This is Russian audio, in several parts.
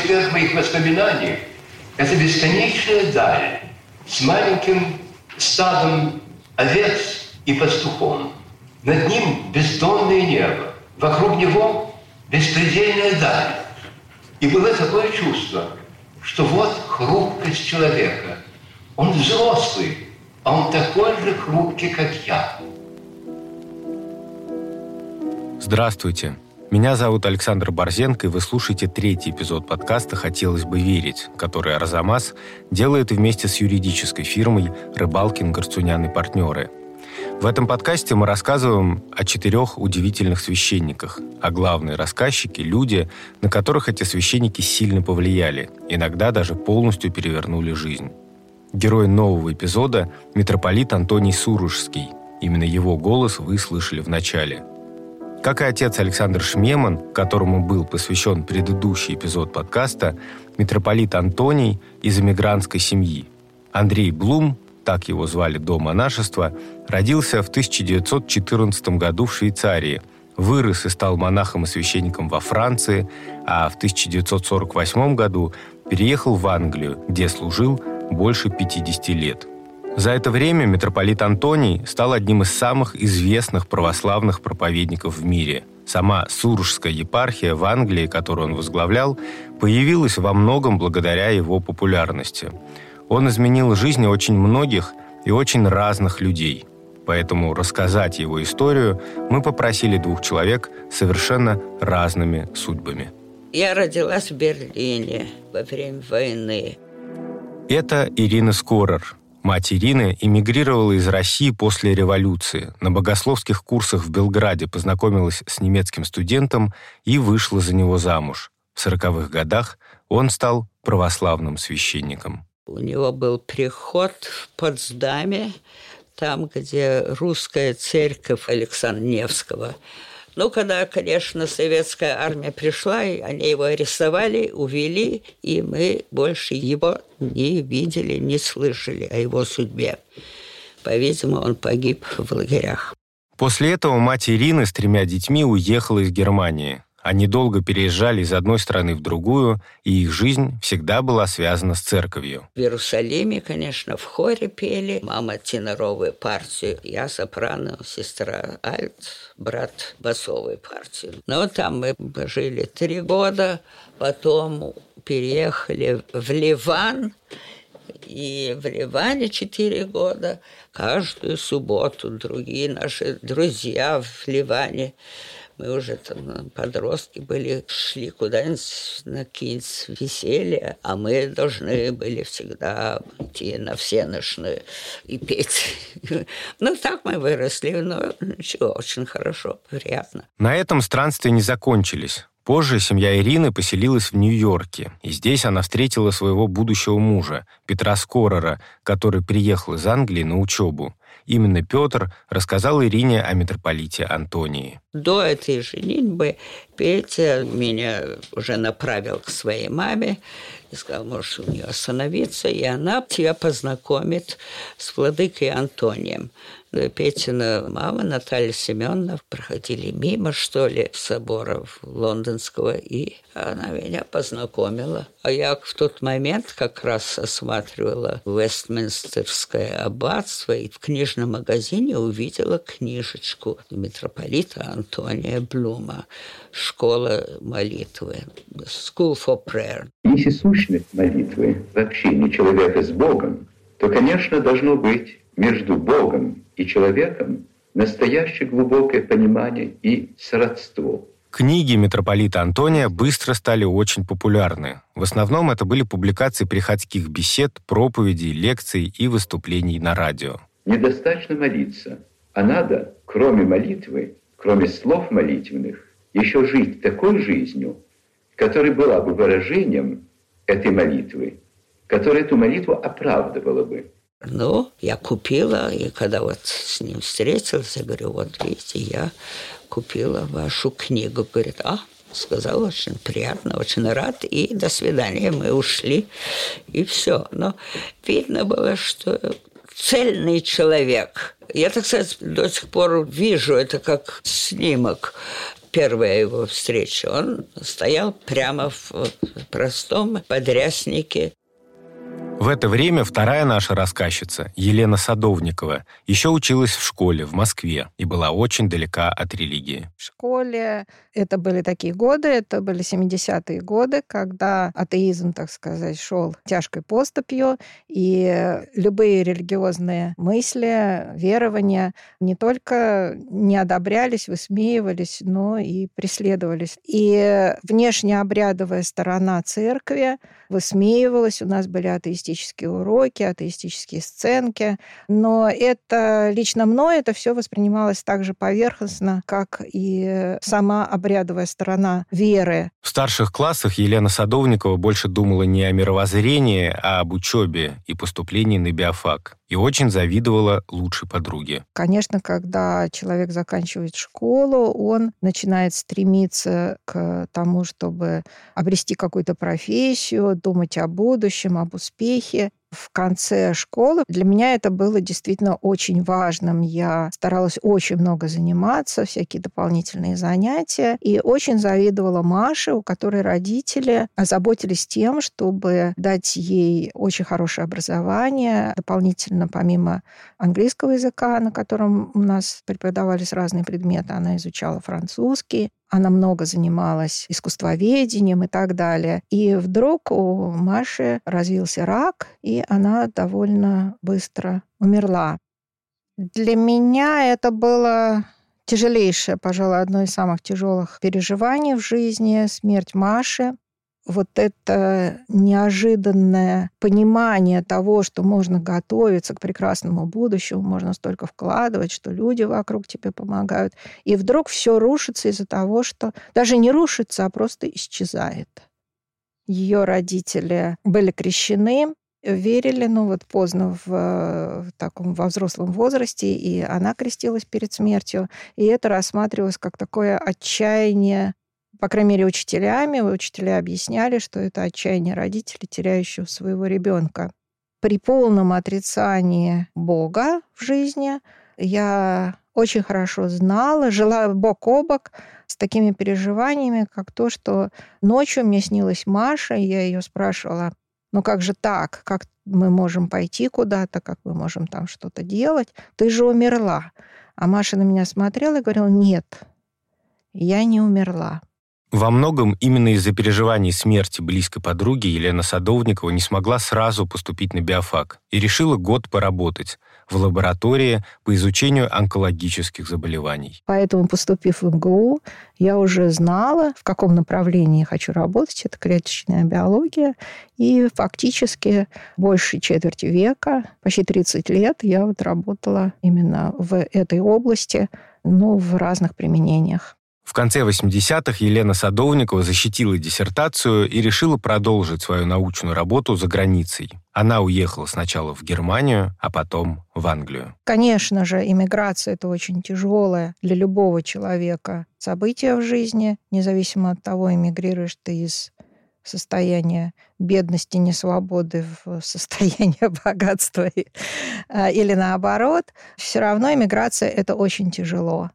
предмет моих воспоминаний – это бесконечная даль с маленьким стадом овец и пастухом. Над ним бездонное небо, вокруг него беспредельная даль. И было такое чувство, что вот хрупкость человека. Он взрослый, а он такой же хрупкий, как я. Здравствуйте. Меня зовут Александр Борзенко, и вы слушаете 3-й эпизод подкаста «Хотелось бы верить», который Арзамас делает вместе с юридической фирмой «Рыбалкин, Гарцунян и партнеры». В этом подкасте мы рассказываем о 4 удивительных священниках, а главные рассказчики – люди, на которых эти священники сильно повлияли, иногда даже полностью перевернули жизнь. Герой нового эпизода – митрополит Антоний Сурожский. Именно его голос вы слышали в начале. Как и отец Александр Шмеман, которому был посвящен предыдущий эпизод подкаста, митрополит Антоний из эмигрантской семьи. Андрей Блум, так его звали до монашества, родился в 1914 году в Швейцарии, вырос и стал монахом и священником во Франции, а в 1948 году переехал в Англию, где служил больше 50 лет. За это время митрополит Антоний стал одним из самых известных православных проповедников в мире. Сама Сурожская епархия в Англии, которую он возглавлял, появилась во многом благодаря его популярности. Он изменил жизни очень многих и очень разных людей. Поэтому рассказать его историю мы попросили 2 человек с совершенно разными судьбами. Я родилась в Берлине во время войны. Это Ирина Скорер. Мать Ирины эмигрировала из России после революции. На богословских курсах в Белграде познакомилась с немецким студентом и вышла за него замуж. В 40-х годах он стал православным священником. У него был приход в Потсдаме, там, где русская церковь Александра Невского. Когда, конечно, советская армия пришла, и они его арестовали, увели, и мы больше его не видели, не слышали о его судьбе. По-видимому, он погиб в лагерях. После этого мать Ирины с 3 детьми уехала из Германии. Они долго переезжали из одной страны в другую, и их жизнь всегда была связана с церковью. В Иерусалиме, конечно, в хоре пели. Мама теноровую партию, я сопрано, сестра альт, брат басовую партию. Там мы жили 3 года, потом переехали в Ливан, и в Ливане 4 года. Каждую субботу другие наши друзья в Ливане, мы уже там подростки были, шли куда-нибудь на какие-нибудь веселья, а мы должны были всегда идти на всенощную и петь. Так мы выросли, но ничего, очень хорошо, приятно. На этом странствия не закончились. Позже семья Ирины поселилась в Нью-Йорке, и здесь она встретила своего будущего мужа, Петра Скорера, который приехал из Англии на учебу. Именно Петр рассказал Ирине о митрополите Антонии. До этой женитьбы Петя меня уже направил к своей маме и сказал, можешь у нее остановиться, и она тебя познакомит с владыкой Антонием. Петина мама Наталья Семеновна проходили мимо, соборов лондонского, и она меня познакомила. А я в тот момент как раз осматривала Вестминстерское аббатство, и в книжном магазине увидела книжечку митрополита Антония Блума «Школа молитвы», «School for Prayer». Если сущность молитвы в общении человека с Богом, то, конечно, должно быть между Богом и человеком настоящее глубокое понимание и сродство. Книги митрополита Антония быстро стали очень популярны. В основном это были публикации приходских бесед, проповедей, лекций и выступлений на радио. Недостаточно молиться, а надо, кроме молитвы, кроме слов молитвенных, еще жить такой жизнью, которая была бы выражением этой молитвы, которая эту молитву оправдывала бы. Я купила, и когда с ним встретилась, я говорю, видите, я купила вашу книгу. Говорит, сказал, очень приятно, очень рад, и до свидания, мы ушли, и все. Но видно было, что цельный человек. Я, так сказать, до сих пор вижу это как снимок. Первая его встреча, он стоял прямо в простом подряснике. В это время вторая наша рассказчица, Елена Садовникова, еще училась в школе в Москве и была очень далека от религии. В школе это были такие годы, это были 70-е годы, когда атеизм, так сказать, шел тяжкой поступью, и любые религиозные мысли, верования не только не одобрялись, высмеивались, но и преследовались. И внешнеобрядовая сторона церкви высмеивалась, у нас были атеистические уроки, атеистические сценки, но это лично мной это все воспринималось так же поверхностно, как и сама обрядовая сторона веры. В старших классах Елена Садовникова больше думала не о мировоззрении, а об учебе и поступлении на биофак. И очень завидовала лучшей подруге. Конечно, когда человек заканчивает школу, он начинает стремиться к тому, чтобы обрести какую-то профессию, думать о будущем, об успехе. В конце школы для меня это было действительно очень важным. Я старалась очень много заниматься, всякие дополнительные занятия, и очень завидовала Маше, у которой родители озаботились тем, чтобы дать ей очень хорошее образование. Дополнительно, помимо английского языка, на котором у нас преподавались разные предметы, она изучала французский. Она много занималась искусствоведением и так далее. И вдруг у Маши развился рак, и она довольно быстро умерла. Для меня это было тяжелейшее, пожалуй, одно из самых тяжелых переживаний в жизни, смерть Маши. Вот это неожиданное понимание того, что можно готовиться к прекрасному будущему, можно столько вкладывать, что люди вокруг тебе помогают. И вдруг все рушится из-за того, что даже не рушится, а просто исчезает. Ее родители были крещены, верили, поздно во взрослом возрасте, и она крестилась перед смертью. И это рассматривалось как такое отчаяние, по крайней мере, учителями. Учителя объясняли, что это отчаяние родителей, теряющего своего ребенка. При полном отрицании Бога в жизни я очень хорошо знала, жила бок о бок с такими переживаниями, как то, что ночью мне снилась Маша, и я ее спрашивала, как же так? Как мы можем пойти куда-то? Как мы можем там что-то делать? Ты же умерла. А Маша на меня смотрела и говорила, нет, я не умерла. Во многом именно из-за переживаний смерти близкой подруги Елена Садовникова не смогла сразу поступить на биофак и решила год поработать в лаборатории по изучению онкологических заболеваний. Поэтому, поступив в МГУ, я уже знала, в каком направлении хочу работать. Это клеточная биология. И фактически больше четверти века, почти 30 лет, я работала именно в этой области, в разных применениях. В конце 80-х Елена Садовникова защитила диссертацию и решила продолжить свою научную работу за границей. Она уехала сначала в Германию, а потом в Англию. Конечно же, иммиграция – это очень тяжелое для любого человека событие в жизни, независимо от того, эмигрируешь ты из состояния бедности, несвободы в состояние богатства или наоборот. Все равно иммиграция – это очень тяжело.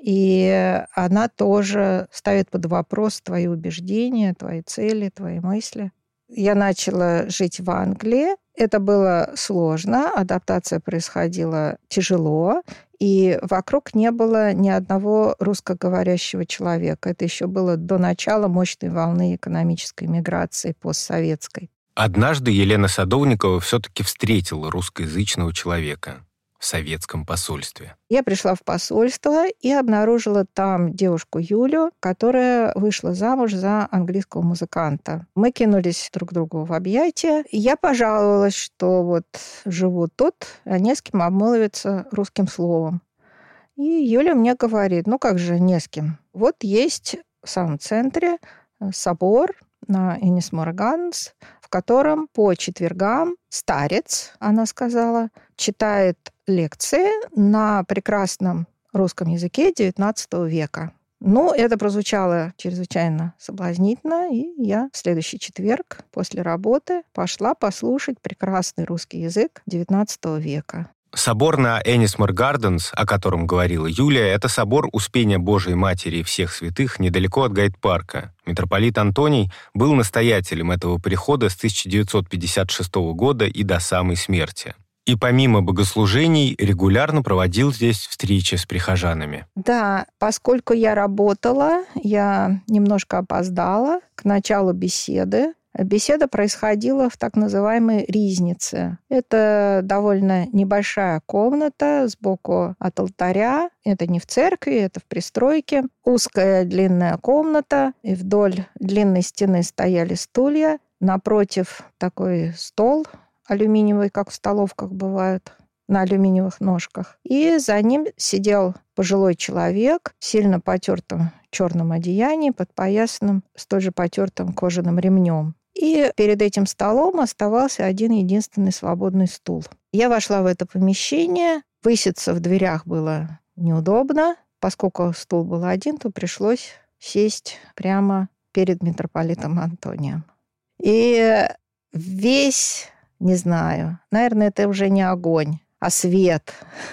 И она тоже ставит под вопрос твои убеждения, твои цели, твои мысли. Я начала жить в Англии. Это было сложно, адаптация происходила тяжело, и вокруг не было ни одного русскоговорящего человека. Это еще было до начала мощной волны экономической миграции постсоветской. Однажды Елена Садовникова все-таки встретила русскоязычного человека в советском посольстве. Я пришла в посольство и обнаружила там девушку Юлю, которая вышла замуж за английского музыканта. Мы кинулись друг другу в объятия. Я пожаловалась, что живу тут, а не с кем обмолвиться русским словом. И Юля мне говорит, как же не с кем? Есть в самом центре собор на Энисмор Ганнс, в котором по четвергам старец, она сказала, читает лекции на прекрасном русском языке XIX века. Это прозвучало чрезвычайно соблазнительно, и я в следующий четверг после работы пошла послушать прекрасный русский язык XIX века. Собор на Энисмор Гарденс, о котором говорила Юлия, это собор Успения Божией Матери и всех святых недалеко от Гайд-парка. Митрополит Антоний был настоятелем этого прихода с 1956 года и до самой смерти. И помимо богослужений регулярно проводил здесь встречи с прихожанами. Да, поскольку я работала, я немножко опоздала к началу беседы. Беседа происходила в так называемой ризнице. Это довольно небольшая комната сбоку от алтаря. Это не в церкви, это в пристройке. Узкая длинная комната, и вдоль длинной стены стояли стулья. Напротив такой стол алюминиевый, как в столовках бывают, на алюминиевых ножках. И за ним сидел пожилой человек в сильно потертом черном одеянии, подпоясанном столь же потертым кожаным ремнем. И перед этим столом оставался один единственный свободный стул. Я вошла в это помещение. Выситься в дверях было неудобно. Поскольку стул был один, то пришлось сесть прямо перед митрополитом Антонием. И весь, не знаю, наверное, это уже не огонь, а свет.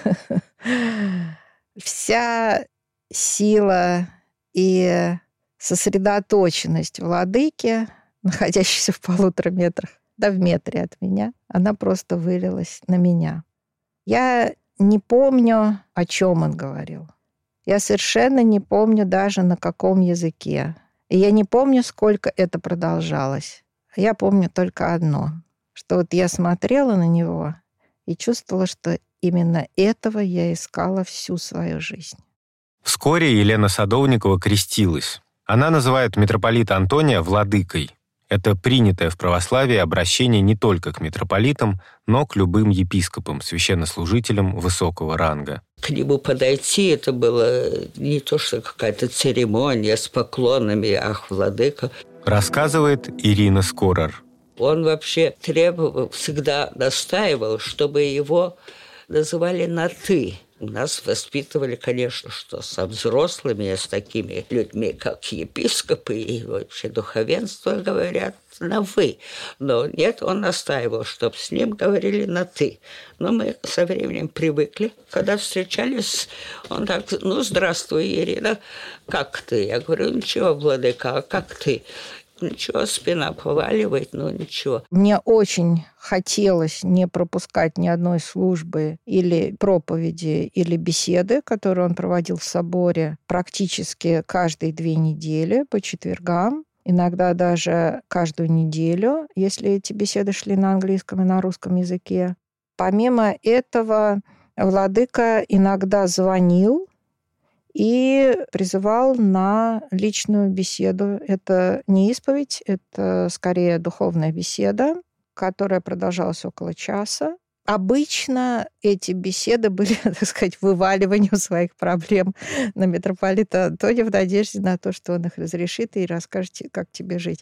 Вся сила и сосредоточенность владыки, находящейся в 1,5 метра, да в метре от меня, она просто вылилась на меня. Я не помню, о чем он говорил. Я совершенно не помню даже, на каком языке. И я не помню, сколько это продолжалось. Я помню только одно, что вот я смотрела на него и чувствовала, что именно этого я искала всю свою жизнь. Вскоре Елена Садовникова крестилась. Она называет митрополита Антония владыкой. Это принятое в православии обращение не только к митрополитам, но к любым епископам, священнослужителям высокого ранга. К нему подойти, это было не то, что какая-то церемония с поклонами, ах, владыка. Рассказывает Ирина Скорар. Он вообще требовал, всегда настаивал, чтобы его называли на «ты». Нас воспитывали, конечно, что со взрослыми, с такими людьми, как епископы и вообще духовенство, говорят на «вы». Но нет, он настаивал, чтобы с ним говорили на «ты». Но мы со временем привыкли. Когда встречались, он так: ну, здравствуй, Ирина, как ты? Я говорю: ничего, владыка, а как ты? Ничего, спина поваливает, но ничего. Мне очень хотелось не пропускать ни одной службы или проповеди, или беседы, которые он проводил в соборе практически каждые 2 недели по четвергам, иногда даже каждую неделю, если эти беседы шли на английском и на русском языке. Помимо этого, владыка иногда звонил и призывал на личную беседу. Это не исповедь, это скорее духовная беседа, которая продолжалась около часа. Обычно эти беседы были, так сказать, вываливанием своих проблем на митрополита Антония в надежде на то, что он их разрешит и расскажет, как тебе жить.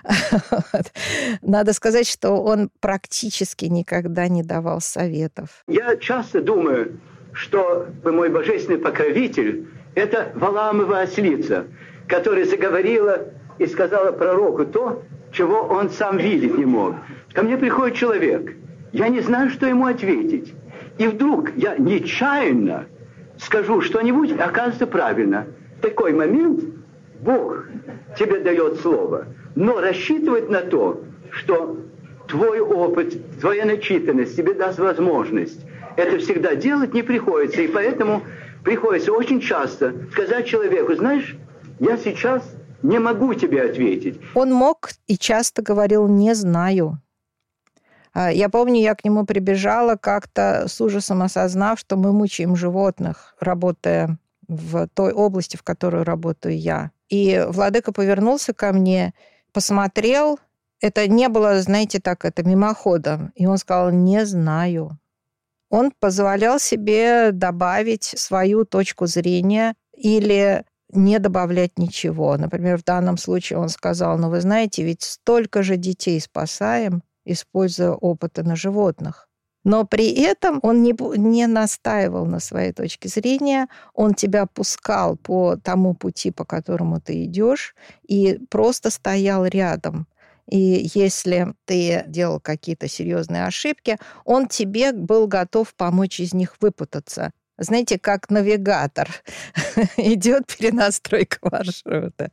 Надо сказать, что он практически никогда не давал советов. Я часто думаю, что мой божественный покровитель – это Валаамова ослица, которая заговорила и сказала пророку то, чего он сам видеть не мог. Ко мне приходит человек, я не знаю, что ему ответить. И вдруг я нечаянно скажу что-нибудь, и оказывается правильно. В такой момент Бог тебе дает слово, но рассчитывать на то, что твой опыт, твоя начитанность тебе даст возможность. Это всегда делать не приходится, и поэтому приходится очень часто сказать человеку: знаешь, я сейчас не могу тебе ответить. Он мог и часто говорил: не знаю. Я помню, я к нему прибежала как-то с ужасом, осознав, что мы мучаем животных, работая в той области, в которой работаю я. И владыка повернулся ко мне, посмотрел. Это не было, знаете, так, это мимоходом. И он сказал: не знаю. Он позволял себе добавить свою точку зрения или не добавлять ничего. Например, в данном случае он сказал: ну, вы знаете, ведь столько же детей спасаем, используя опыты на животных. Но при этом он не настаивал на своей точке зрения, он тебя пускал по тому пути, по которому ты идешь, и просто стоял рядом. И если ты делал какие-то серьезные ошибки, он тебе был готов помочь из них выпутаться. Знаете, как навигатор. Идет перенастройка маршрута.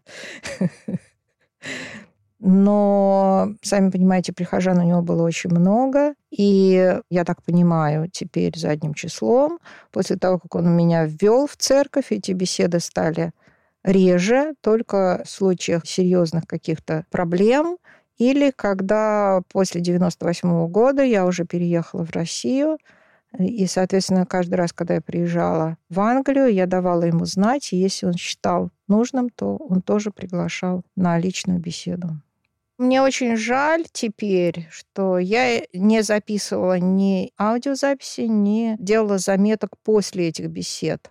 Но, сами понимаете, прихожан у него было очень много. И я так понимаю, теперь задним числом, после того, как он меня ввел в церковь, эти беседы стали реже, только в случаях серьезных каких-то проблем, или когда после 98 года я уже переехала в Россию, и, соответственно, каждый раз, когда я приезжала в Англию, я давала ему знать, и если он считал нужным, то он тоже приглашал на личную беседу. Мне очень жаль теперь, что я не записывала ни аудиозаписи, ни делала заметок после этих бесед.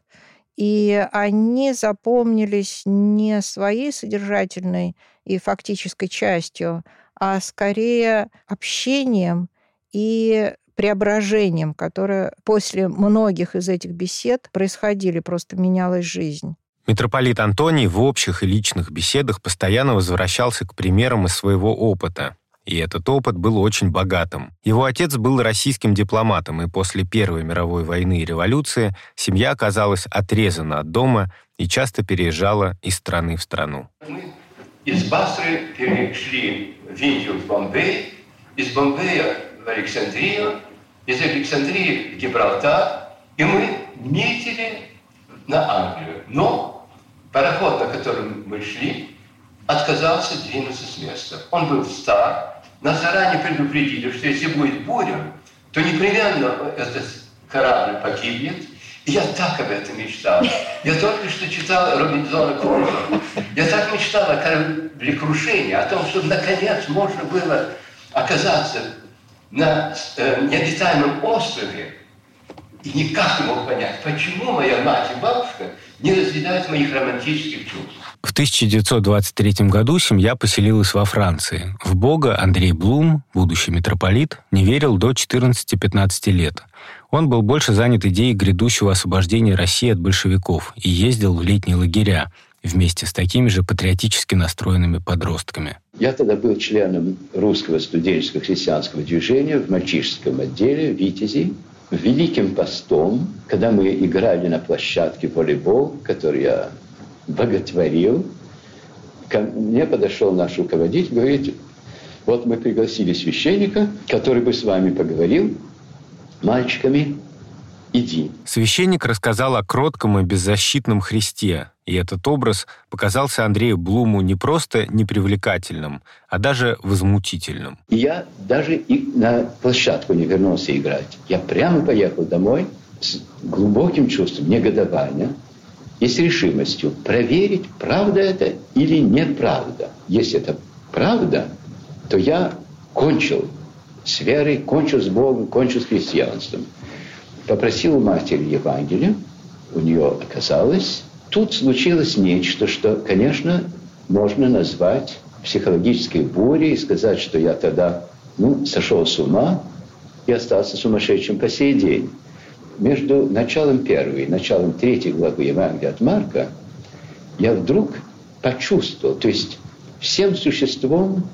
И они запомнились не своей содержательной и фактической частью, а скорее общением и преображением, которое после многих из этих бесед происходили, просто менялась жизнь. Митрополит Антоний в общих и личных беседах постоянно возвращался к примерам из своего опыта. И этот опыт был очень богатым. Его отец был российским дипломатом, и после Первой мировой войны и революции семья оказалась отрезана от дома и часто переезжала из страны в страну. Мы из Басры перешли в Индию, в Бомбей, из Бомбея в Александрию, из Александрии в Гибралтар, и мы метили на Англию. Но пароход, на котором мы шли, отказался двинуться с места. Он был стар. Нас заранее предупредили, что если будет буря, то непременно этот корабль погибнет. И я так об этом мечтал. Я только что читал Робинзона Крузо. Я так мечтал о кораблекрушении, о том, чтобы наконец можно было оказаться на необитаемом острове. И никак не мог понять, почему моя мать и бабушка не разделяют моих романтических чувств. В 1923 году семья поселилась во Франции. В Бога Андрей Блум, будущий митрополит, не верил до 14-15 лет. Он был больше занят идеей грядущего освобождения России от большевиков и ездил в летние лагеря вместе с такими же патриотически настроенными подростками. Я тогда был членом русского студенческого христианского движения в мальчишеском отделе «Витязи». Великим постом, когда мы играли на площадке волейбол, который я боготворил, ко мне подошел наш руководитель, говорит: вот мы пригласили священника, который бы с вами поговорил, мальчиками, иди. Священник рассказал о кротком и беззащитном Христе, и этот образ показался Андрею Блуму не просто непривлекательным, а даже возмутительным. И я даже и на площадку не вернулся играть. Я прямо поехал домой с глубоким чувством негодования и с решимостью проверить, правда это или неправда. Если это правда, то я кончил с верой, кончил с Богом, кончил с христианством. Попросил у матери Евангелия, у нее оказалось. Тут случилось нечто, что, конечно, можно назвать психологической бурей и сказать, что я тогда сошел с ума и остался сумасшедшим по сей день. Между началом первой и началом третьей главы Евангелия от Марка я вдруг почувствовал, то есть всем существом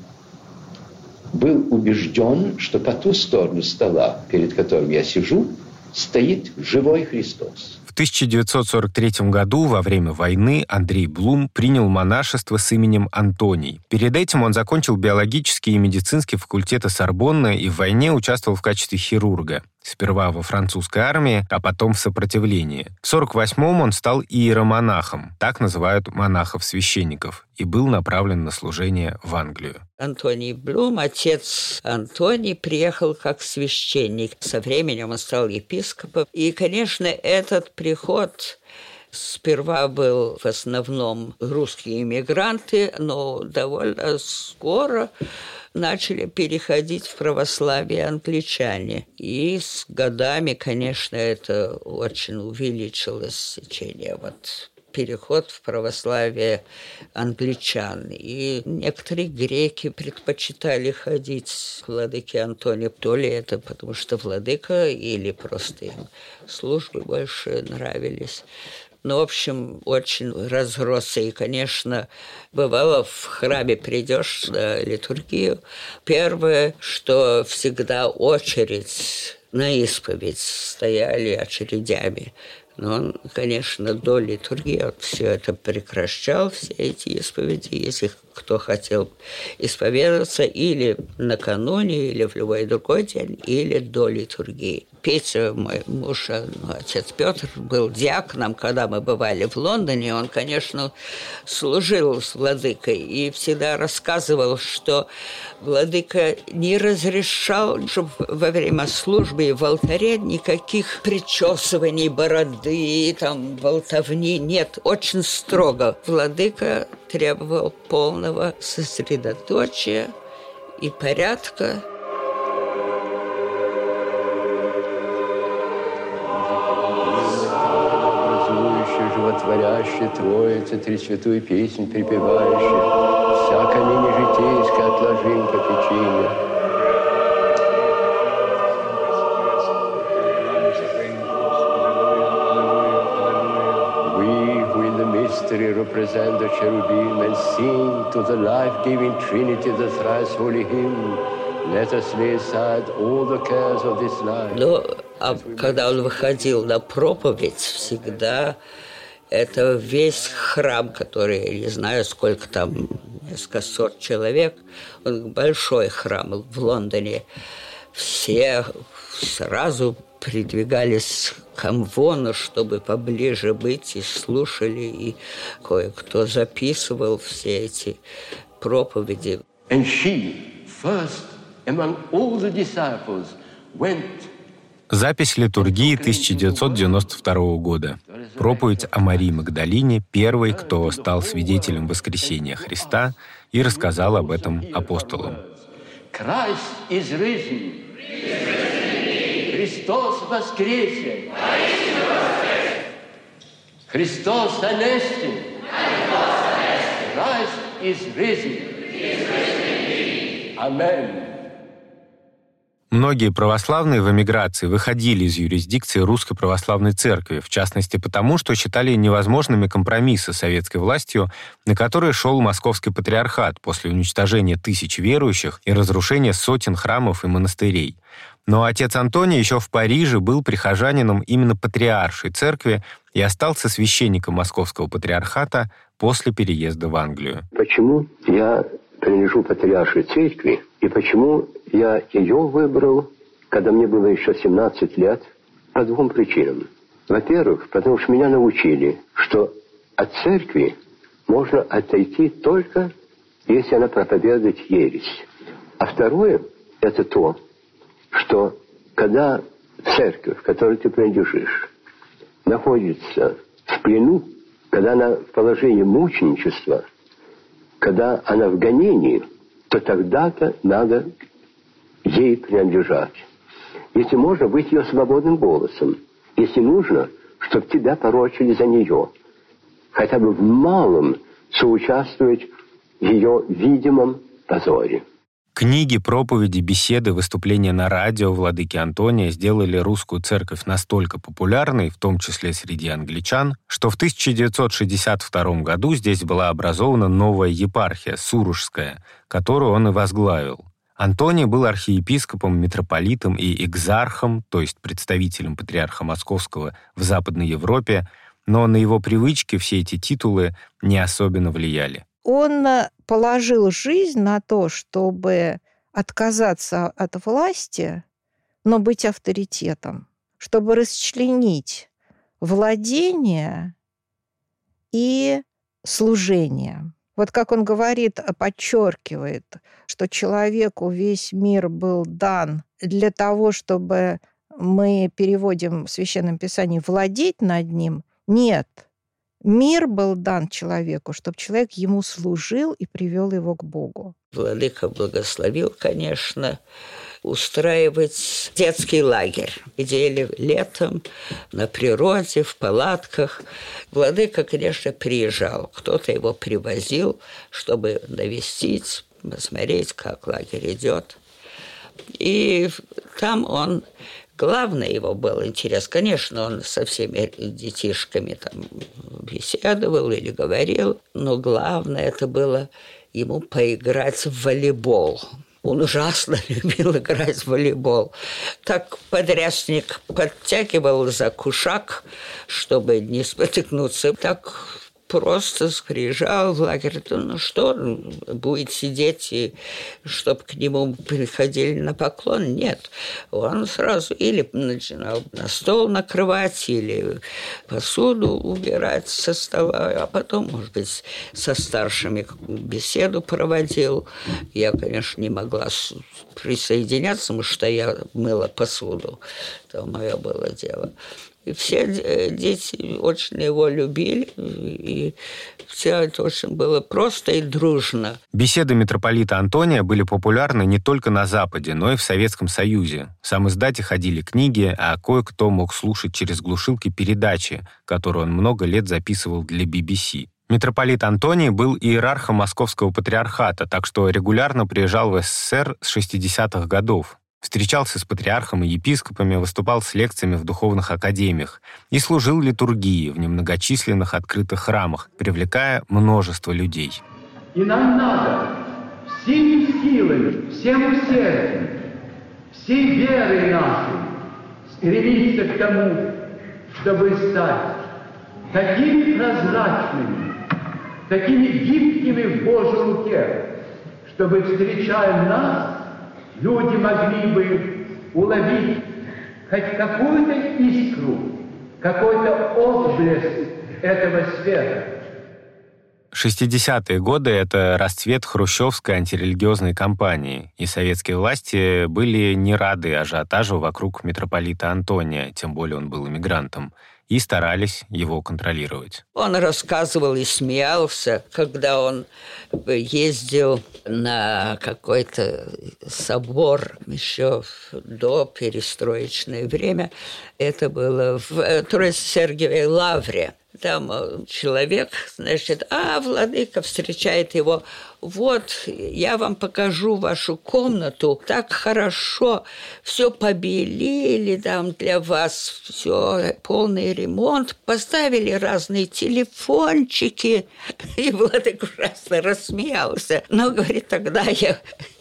был убежден, что по ту сторону стола, перед которым я сижу, стоит живой Христос. В 1943 году, во время войны, Андрей Блум принял монашество с именем Антоний. Перед этим он закончил биологический и медицинский факультеты Сорбонны и в войне участвовал в качестве хирурга. Сперва во французской армии, а потом в сопротивлении. В 1948-м он стал иеромонахом, так называют монахов-священников, и был направлен на служение в Англию. Антоний Блум, отец Антоний, приехал как священник. Со временем он стал епископом. И, конечно, этот приход сперва был в основном русские иммигранты, но довольно скоро начали переходить в православие англичане. И с годами, конечно, это очень увеличилось течение переход в православие англичан. И некоторые греки предпочитали ходить к владыке Антонию. То ли это потому, что владыка, или просто им службы больше нравились. Ну, в общем, очень разросся. И, конечно, бывало, в храме придешь на литургию. Первое, что всегда очередь на исповедь, стояли очередями. Но он, конечно, до литургии все это прекращал, все эти исповеди, если кто хотел исповедоваться или накануне, или в любой другой день, или до литургии. Петя, мой муж, отец Петр, был диаконом, когда мы бывали в Лондоне. Он, конечно, служил с владыкой и всегда рассказывал, что владыка не разрешал, чтобы во время службы в алтаре никаких причесываний, бороды, там, болтовни нет. Очень строго. Владыка требовал полного сосредоточия и порядка. Животворящий, Троица, Тресвятую песнь припевающий, всяко ныне житейское отложим попечение. We, who in the mystery represent the cherubim and sing to the life-giving Trinity the thrice holy hymn, let us lay aside all the cares of this life. Но когда он выходил на проповедь, всегда это весь храм, который, я не знаю, сколько там, несколько сот человек, он большой храм в Лондоне, все сразу придвигались к амвону, чтобы поближе быть, и слушали, и кое-кто записывал все эти проповеди. And she, first among all the disciples, went. Запись литургии 1992 года. Проповедь о Марии Магдалине, первой, кто стал свидетелем воскресения Христа и рассказал об этом апостолам. Christ is risen. Христос воскресе. Христос анестен. Christ is risen. Amen. Многие православные в эмиграции выходили из юрисдикции Русской Православной Церкви, в частности потому, что считали невозможными компромиссы с советской властью, на которые шел Московский патриархат после уничтожения тысяч верующих и разрушения сотен храмов и монастырей. Но отец Антоний еще в Париже был прихожанином именно Патриаршей Церкви и остался священником Московского патриархата после переезда в Англию. Почему я принадлежу Патриаршей Церкви и почему я ее выбрал, когда мне было еще 17 лет, по двум причинам. Во-первых, потому что меня научили, что от церкви можно отойти только, если она проповедует ересь. А второе, это то, что когда церковь, к которой ты принадлежишь, находится в плену, когда она в положении мученичества, когда она в гонении, то тогда-то надо ей принадлежать. Если можно, быть ее свободным голосом. Если нужно, чтобы тебя порочили за нее. Хотя бы в малом соучаствовать в ее видимом позоре. Книги, проповеди, беседы, выступления на радио владыки Антония сделали русскую церковь настолько популярной, в том числе среди англичан, что в 1962 году здесь была образована новая епархия, Сурожская, которую он и возглавил. Антоний был архиепископом, митрополитом и экзархом, то есть представителем патриарха Московского в Западной Европе, но на его привычки все эти титулы не особенно влияли. Он положил жизнь на то, чтобы отказаться от власти, но быть авторитетом, чтобы расчленить владение и служение. Вот как он говорит, подчеркивает, что человеку весь мир был дан для того, чтобы, мы переводим в Священном Писании, владеть над ним. Нет. Мир был дан человеку, чтобы человек ему служил и привел его к Богу. Владыка благословил, конечно, устраивать детский лагерь, где летом на природе, в палатках. Владыка, конечно, приезжал. Кто-то его привозил, чтобы навестить, посмотреть, как лагерь идет. И там он главное его был интерес. Конечно, он со всеми детишками там беседовал или говорил, но главное это было ему поиграть в волейбол. Он ужасно любил играть в волейбол. Так подрясник подтягивал за кушак, чтобы не спотыкнуться. Так просто приезжал в лагерь. Ну что, будет сидеть, и чтобы к нему приходили на поклон? Нет. Он сразу или начинал на стол накрывать, или посуду убирать со стола, а потом, может быть, со старшими беседу проводил. Я, конечно, не могла присоединяться, потому что я мыла посуду. Это мое было дело. И все дети очень его любили, и все это очень было просто и дружно. Беседы митрополита Антония были популярны не только на Западе, но и в Советском Союзе. В сам издате ходили книги, а кое-кто мог слушать через глушилки передачи, которые он много лет записывал для BBC. Митрополит Антоний был иерархом Московского патриархата, так что регулярно приезжал в СССР с 60-х годов. Встречался с патриархом и епископами, выступал с лекциями в духовных академиях и служил литургии в немногочисленных открытых храмах, привлекая множество людей. И нам надо всеми силами, всем усердием, всей верой нашей стремиться к тому, чтобы стать такими прозрачными, такими гибкими в Божьей руке, чтобы, встречая нас, люди могли бы уловить хоть какую-то искру, какой-то отблеск этого света. 60-е годы — это расцвет хрущевской антирелигиозной кампании, и советские власти были не рады ажиотажу вокруг митрополита Антония, тем более он был эмигрантом, и старались его контролировать. Он рассказывал и смеялся, когда он ездил на какой-то собор еще до перестроечное время. Это было в Троице-Сергиевой лавре. Там человек, значит, владыка встречает его. Вот, я вам покажу вашу комнату. Так хорошо, все побелили там для вас, все, полный ремонт. Поставили разные телефончики. И владыка ужасно рассмеялся. Но, говорит, тогда я...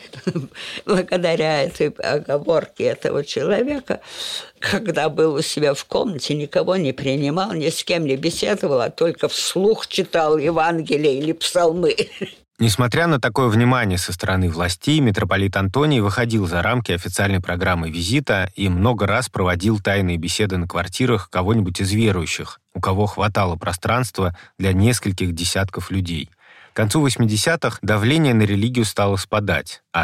благодаря этой оговорке этого человека, когда был у себя в комнате, никого не принимал, ни с кем не беседовал, а только вслух читал Евангелие или псалмы. Несмотря на такое внимание со стороны властей, митрополит Антоний выходил за рамки официальной программы визита и много раз проводил тайные беседы на квартирах кого-нибудь из верующих, у кого хватало пространства для нескольких десятков людей. К концу 80-х давление на религию стало спадать, а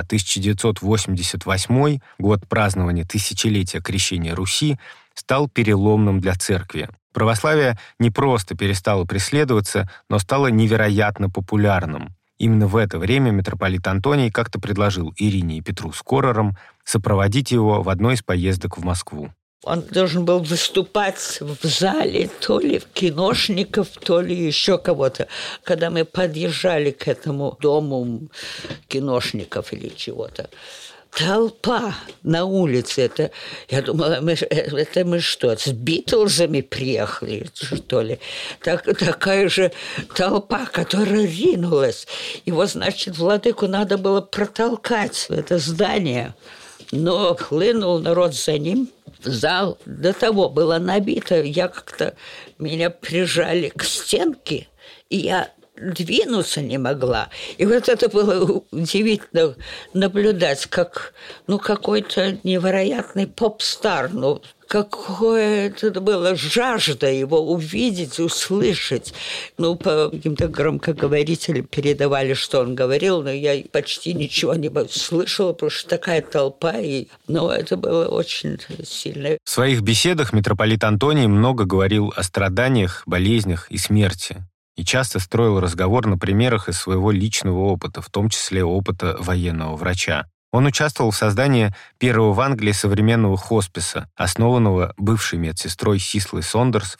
1988 год празднования тысячелетия крещения Руси стал переломным для церкви. Православие не просто перестало преследоваться, но стало невероятно популярным. Именно в это время митрополит Антоний как-то предложил Ирине и Петру Скорорам сопроводить его в одной из поездок в Москву. Он должен был выступать в зале то ли киношников, то ли еще кого-то. Когда мы подъезжали к этому дому киношников или чего-то, толпа на улице. Я думала, мы что, с Битлзами приехали, что ли? Такая же толпа, которая ринулась. Его, значит, владыку надо было протолкать в это здание. Но хлынул народ за ним в зал. До того было набито. Меня прижали к стенке, и я двинуться не могла. И вот это было удивительно наблюдать, как какой-то невероятный поп-стар. Какое это было жажда его увидеть, услышать. По каким-то громкоговорителям передавали, что он говорил, но я почти ничего не слышала, потому что такая толпа. Это было очень сильно. В своих беседах митрополит Антоний много говорил о страданиях, болезнях и смерти. И часто строил разговор на примерах из своего личного опыта, в том числе опыта военного врача. Он участвовал в создании первого в Англии современного хосписа, основанного бывшей медсестрой Сислой Сондерс в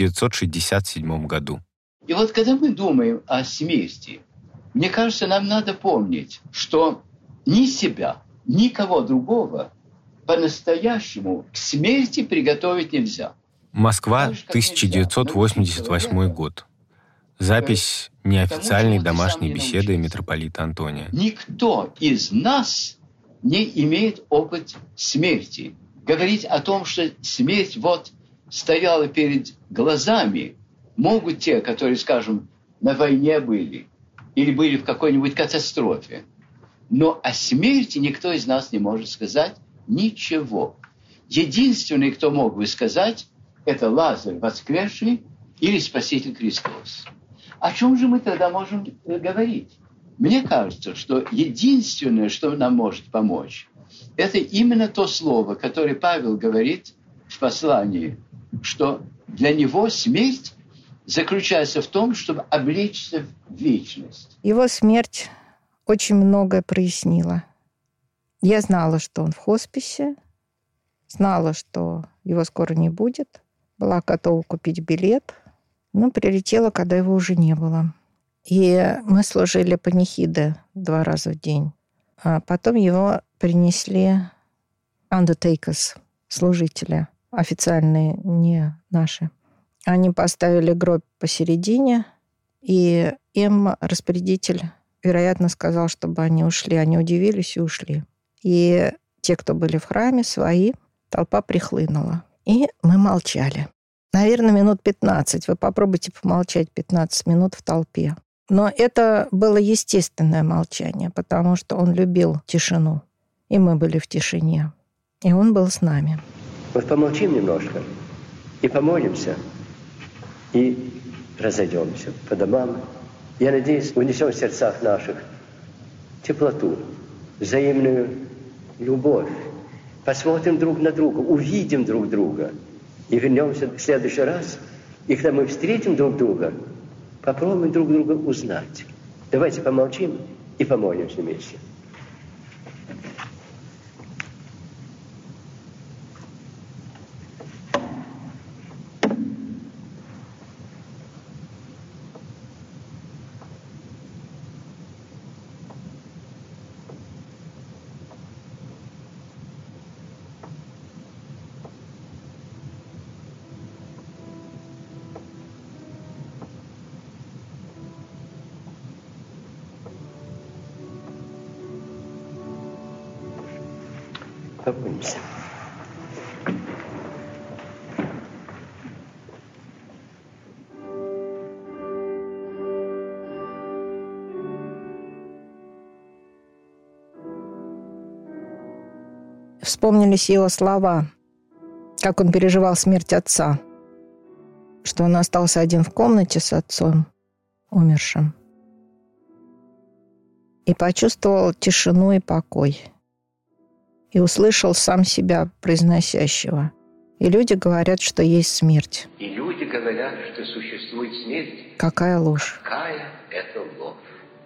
1967 году. И вот когда мы думаем о смерти, мне кажется, нам надо помнить, что ни себя, ни кого другого по-настоящему к смерти приготовить нельзя. Москва, 1988 год. Запись неофициальной домашней беседы митрополита Антония. Никто из нас не имеет опыт смерти. Говорить о том, что смерть вот стояла перед глазами, могут те, которые, скажем, на войне были или были в какой-нибудь катастрофе. Но о смерти никто из нас не может сказать ничего. Единственный, кто мог бы сказать, это Лазарь воскресший или Спаситель Христос. О чем же мы тогда можем говорить? Мне кажется, что единственное, что нам может помочь, это именно то слово, которое Павел говорит в послании, что для него смерть заключается в том, чтобы облечься в вечность. Его смерть очень многое прояснила. Я знала, что он в хосписе, знала, что его скоро не будет, была готова купить билет, но прилетела, когда его уже не было. И мы служили панихиды 2 раза в день. А потом его принесли undertakers, служители, официальные, не наши. Они поставили гроб посередине, и им распорядитель, вероятно, сказал, чтобы они ушли. Они удивились и ушли. И те, кто были в храме, свои, толпа прихлынула. И мы молчали. Наверное, минут 15. Вы попробуйте помолчать 15 минут в толпе. Но это было естественное молчание, потому что он любил тишину. И мы были в тишине. И он был с нами. Вот помолчим немножко и помолимся, и разойдемся по домам. Я надеюсь, унесем в сердцах наших теплоту, взаимную любовь. Посмотрим друг на друга, увидим друг друга. И вернемся в следующий раз. И когда мы встретим друг друга, попробуем друг друга узнать. Давайте помолчим и помолимся вместе. Помолимся. Вспомнились его слова, как он переживал смерть отца, что он остался один в комнате с отцом, умершим, и почувствовал тишину и покой. И услышал сам себя произносящего. И люди говорят, что есть смерть. И люди говорят, что существует смерть. Какая ложь. Какая это ложь.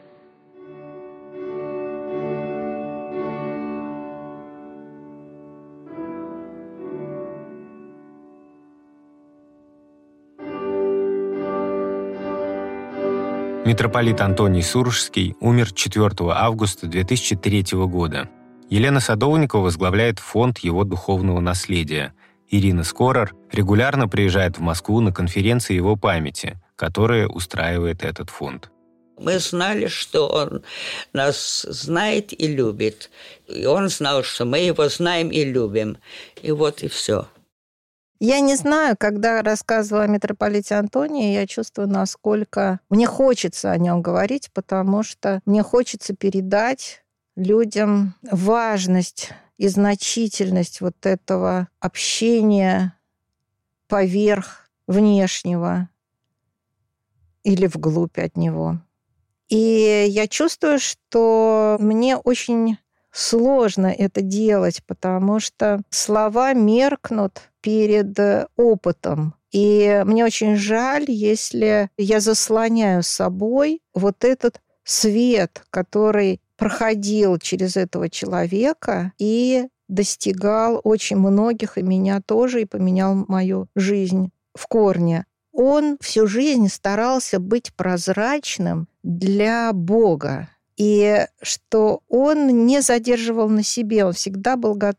Митрополит Антоний Сурожский умер 4 августа 2003 года. Елена Садовникова возглавляет фонд его духовного наследия. Ирина Скорар регулярно приезжает в Москву на конференции его памяти, которые устраивает этот фонд. Мы знали, что он нас знает и любит. И он знал, что мы его знаем и любим. И вот и все. Я не знаю, когда рассказывала о митрополите Антонии, я чувствую, насколько мне хочется о нем говорить, потому что мне хочется передать людям важность и значительность вот этого общения поверх внешнего или вглубь от него. И я чувствую, что мне очень сложно это делать, потому что слова меркнут перед опытом. И мне очень жаль, если я заслоняю собой вот этот свет, который проходил через этого человека и достигал очень многих, и меня тоже, и поменял мою жизнь в корне. Он всю жизнь старался быть прозрачным для Бога. И что он не задерживал на себе, он всегда был готов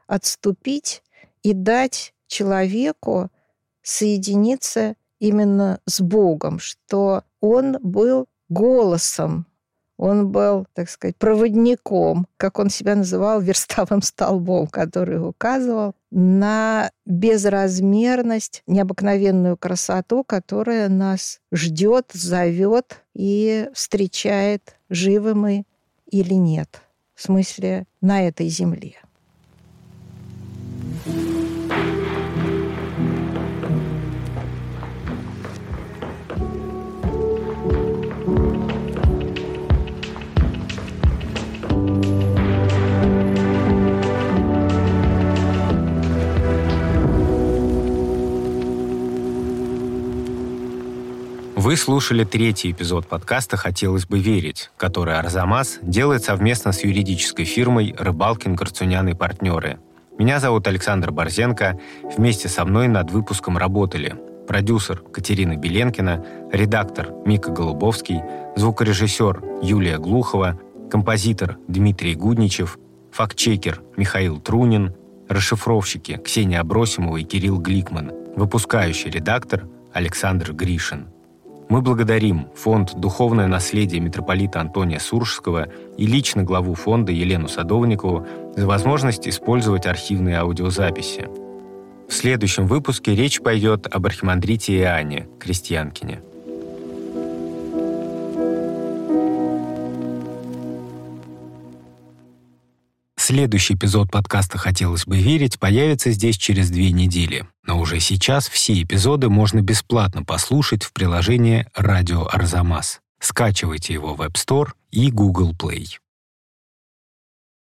отступить и дать человеку соединиться именно с Богом, что он был голосом, он был, так сказать, проводником, как он себя называл, верстовым столбом, который указывал на безразмерность, необыкновенную красоту, которая нас ждет, зовет и встречает, живы мы или нет, в смысле, на этой земле. Вы слушали третий эпизод подкаста «Хотелось бы верить», который Арзамас делает совместно с юридической фирмой «Рыбалкин, Гарцунян и партнеры». Меня зовут Александр Борзенко. Вместе со мной над выпуском работали продюсер Катерина Беленкина, редактор Мика Голубовский, звукорежиссер Юлия Глухова, композитор Дмитрий Гудничев, фактчекер Михаил Трунин, расшифровщики Ксения Абросимова и Кирилл Гликман, выпускающий редактор Александр Гришин. Мы благодарим фонд «Духовное наследие» митрополита Антония Суржского и лично главу фонда Елену Садовникову за возможность использовать архивные аудиозаписи. В следующем выпуске речь пойдет об архимандрите Иоанне, крестьянкине. Следующий эпизод подкаста «Хотелось бы верить» появится здесь через 2 недели. Но уже сейчас все эпизоды можно бесплатно послушать в приложении «Радио Арзамас». Скачивайте его в App Store и Google Play.